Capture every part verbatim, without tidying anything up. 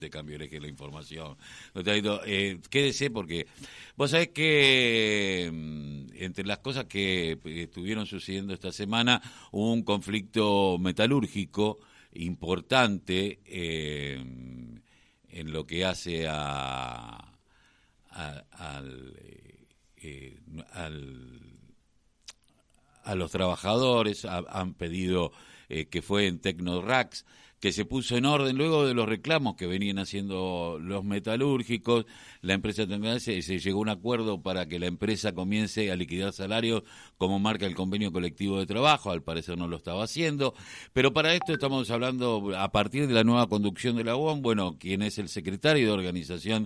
de cambio eje la información. Eh, quédese porque vos sabés que entre las cosas que estuvieron sucediendo esta semana hubo un conflicto metalúrgico importante eh, en lo que hace a, a al, eh, al a los trabajadores. Ha, han pedido eh, que fue en Tecnorax, que se puso en orden luego de los reclamos que venían haciendo los metalúrgicos. La empresa se, se llegó a un acuerdo para que la empresa comience a liquidar salarios como marca el convenio colectivo de trabajo. Al parecer no lo estaba haciendo, pero para esto estamos hablando a partir de la nueva conducción de la U O M. Bueno, quien es el secretario de organización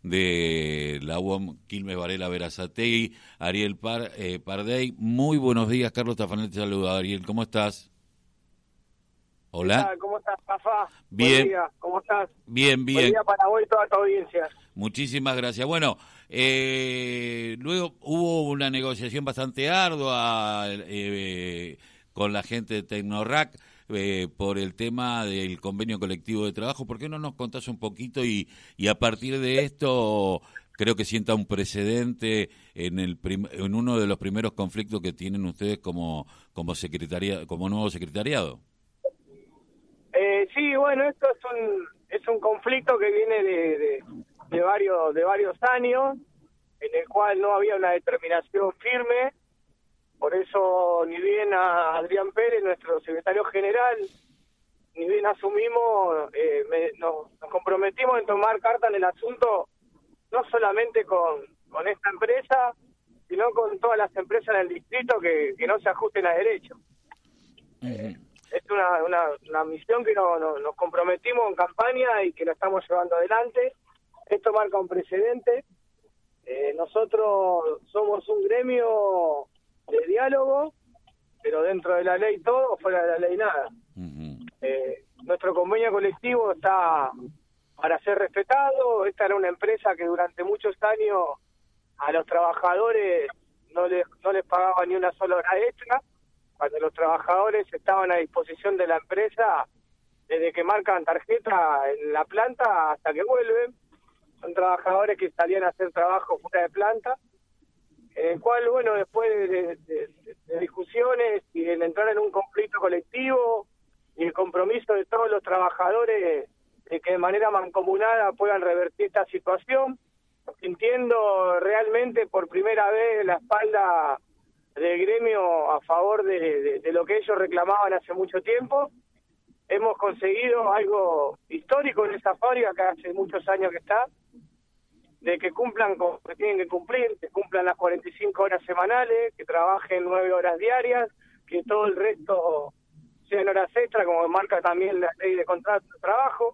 de la U O M, Quilmes Varela Berazategui, Ariel Par, eh, Pardey. Muy buenos días, Carlos Tafanel te saluda. Ariel, ¿cómo estás? Hola. ¿Cómo estás, Rafa? Bien. Buen día, ¿cómo estás? Bien, bien. Buen día para vos y toda tu audiencia. Muchísimas gracias. Bueno, eh, luego hubo una negociación bastante ardua eh, con la gente de Tecnorac eh, por el tema del convenio colectivo de trabajo. ¿Por qué no nos contás un poquito y, y a partir de esto creo que sienta un precedente en el prim en uno de los primeros conflictos que tienen ustedes como como secretaria como nuevo secretariado? Eh, sí, bueno, esto es un es un conflicto que viene de, de, de varios de varios años, en el cual no había una determinación firme. Por eso, ni bien a Adrián Pérez, nuestro secretario general, ni bien asumimos, eh, me, nos, nos comprometimos en tomar carta en el asunto, no solamente con, con esta empresa, sino con todas las empresas del distrito que, que no se ajusten a derecho. Uh-huh. Es una, una, una misión que no, no, nos comprometimos en campaña y que la estamos llevando adelante. Esto marca un precedente. Eh, nosotros somos un gremio de diálogo, pero dentro de la ley todo, fuera de la ley nada. Uh-huh. Eh, nuestro convenio colectivo está para ser respetado. Esta era una empresa que durante muchos años a los trabajadores no les, no les pagaba ni una sola hora extra. Cuando los trabajadores estaban a disposición de la empresa, desde que marcan tarjeta en la planta hasta que vuelven, son trabajadores que salían a hacer trabajo fuera de planta, en el cual, bueno, después de, de, de, de discusiones y de entrar en un conflicto colectivo y el compromiso de todos los trabajadores de que de manera mancomunada puedan revertir esta situación, sintiendo realmente por primera vez la espalda del gremio a favor de, de, de lo que ellos reclamaban hace mucho tiempo. Hemos conseguido algo histórico en esa fábrica que hace muchos años que está, de que cumplan con lo que tienen que cumplir, que cumplan las cuarenta y cinco horas semanales, que trabajen nueve horas diarias, que todo el resto sean horas extra, como marca también la ley de contrato de trabajo.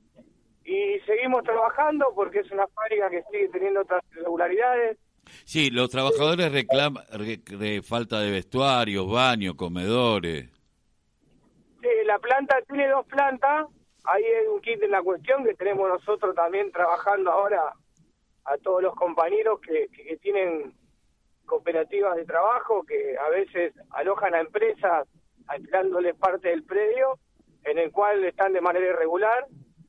Y seguimos trabajando porque es una fábrica que sigue teniendo otras irregularidades. Sí, los trabajadores reclaman re, re, falta de vestuarios, baños, comedores. Sí, la planta tiene dos plantas. Ahí hay un kit en la cuestión que tenemos nosotros también trabajando ahora a todos los compañeros que, que, que tienen cooperativas de trabajo, que a veces alojan a empresas alquilándoles parte del predio, en el cual están de manera irregular.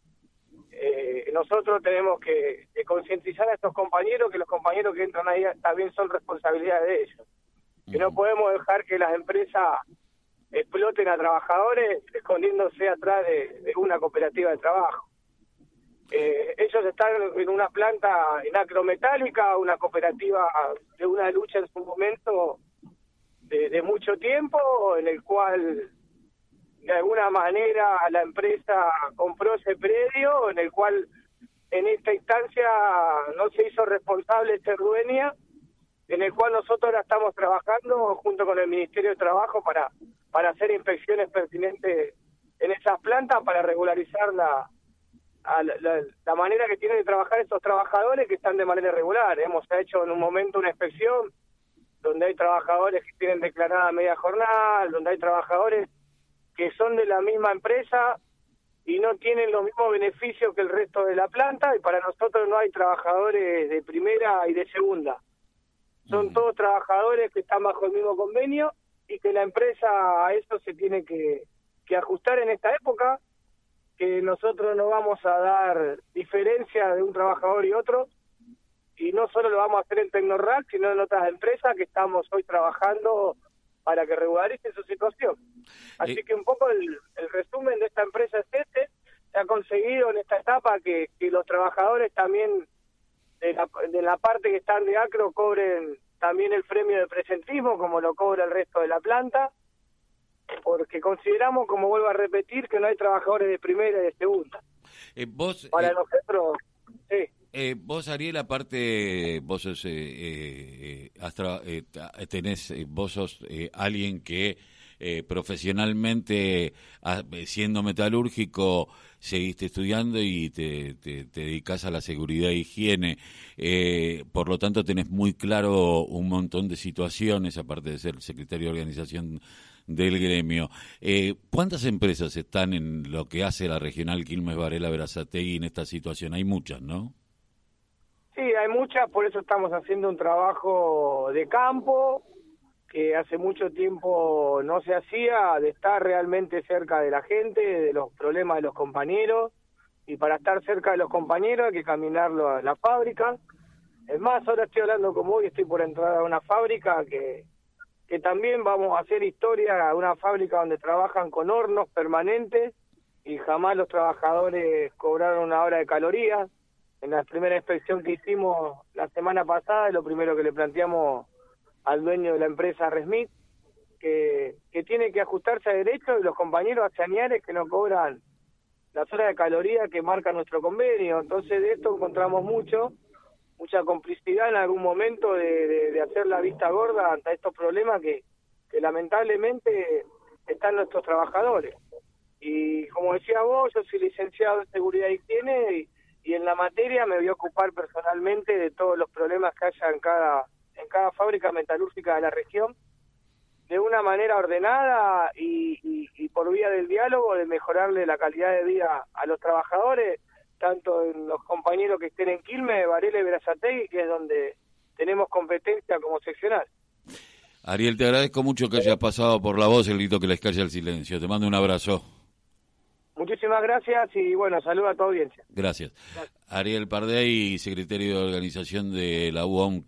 Eh, nosotros tenemos que, que concientizar a estos compañeros que los compañeros que entran ahí también son responsabilidad de ellos. Uh-huh. Que no podemos dejar que las empresas exploten a trabajadores escondiéndose atrás de, de una cooperativa de trabajo. Eh, ellos están en una planta en acrometálica, una cooperativa de una lucha en su momento de, de mucho tiempo, en el cual de alguna manera la empresa compró ese predio, en el cual en esta instancia no se hizo responsable ser dueña, en el cual nosotros ahora estamos trabajando junto con el Ministerio de Trabajo para, para hacer inspecciones pertinentes en esas plantas para regularizar la, la, la, la manera que tienen de trabajar estos trabajadores que están de manera irregular. Hemos hecho en un momento una inspección donde hay trabajadores que tienen declarada media jornada, donde hay trabajadores que son de la misma empresa y no tienen los mismos beneficios que el resto de la planta, y para nosotros no hay trabajadores de primera y de segunda. Son todos trabajadores que están bajo el mismo convenio y que la empresa a eso se tiene que, que ajustar en esta época, que nosotros no vamos a dar diferencia de un trabajador y otro, y no solo lo vamos a hacer en Tecnorack, sino en otras empresas que estamos hoy trabajando para que regularicen su situación. Así eh. que un poco el, el resumen de esta empresa es este. Se ha conseguido en esta etapa que, que los trabajadores también de la, de la parte que están de Acro cobren también el premio de presentismo como lo cobra el resto de la planta, porque consideramos, como vuelvo a repetir, que no hay trabajadores de primera y de segunda. Eh, vos, Para eh, nosotros, sí. Eh, vos, Ariel, aparte, vos sos, eh, eh, Astra, eh, tenés, eh, vos sos eh, alguien que eh, profesionalmente, a, siendo metalúrgico, seguiste estudiando y te, te, te dedicás a la seguridad e higiene. Eh, por lo tanto, tenés muy claro un montón de situaciones, aparte de ser secretario de organización del gremio. Eh, ¿Cuántas empresas están en lo que hace la regional Quilmes Varela Berazategui en esta situación? Hay muchas, ¿no? Sí, hay muchas, por eso estamos haciendo un trabajo de campo que hace mucho tiempo no se hacía, de estar realmente cerca de la gente, de los problemas de los compañeros, y para estar cerca de los compañeros hay que caminarlo a la fábrica. Es más, ahora estoy hablando con vos y estoy por entrar a una fábrica que, que también vamos a hacer historia, una fábrica donde trabajan con hornos permanentes y jamás los trabajadores cobraron una hora de calorías. En la primera inspección que hicimos la semana pasada, lo primero que le planteamos al dueño de la empresa Resmit, que, que tiene que ajustarse a derecho, y los compañeros accionarios que no cobran las horas de caloría que marca nuestro convenio. Entonces de esto encontramos mucho, mucha complicidad en algún momento de, de, de hacer la vista gorda ante estos problemas que, que lamentablemente están nuestros trabajadores. Y como decía vos, yo soy licenciado en seguridad y higiene, y y en la materia me voy a ocupar personalmente de todos los problemas que haya en cada en cada fábrica metalúrgica de la región, de una manera ordenada y, y, y por vía del diálogo, de mejorarle la calidad de vida a los trabajadores, tanto en los compañeros que estén en Quilmes, Varela y Berazategui, que es donde tenemos competencia como seccional. Ariel, te agradezco mucho que hayas pasado por la voz, el grito que les calla el silencio. Te mando un abrazo. Muchísimas gracias y bueno, saludo a tu audiencia. Gracias. Gracias. Ariel Pardey, secretario de organización de la U A M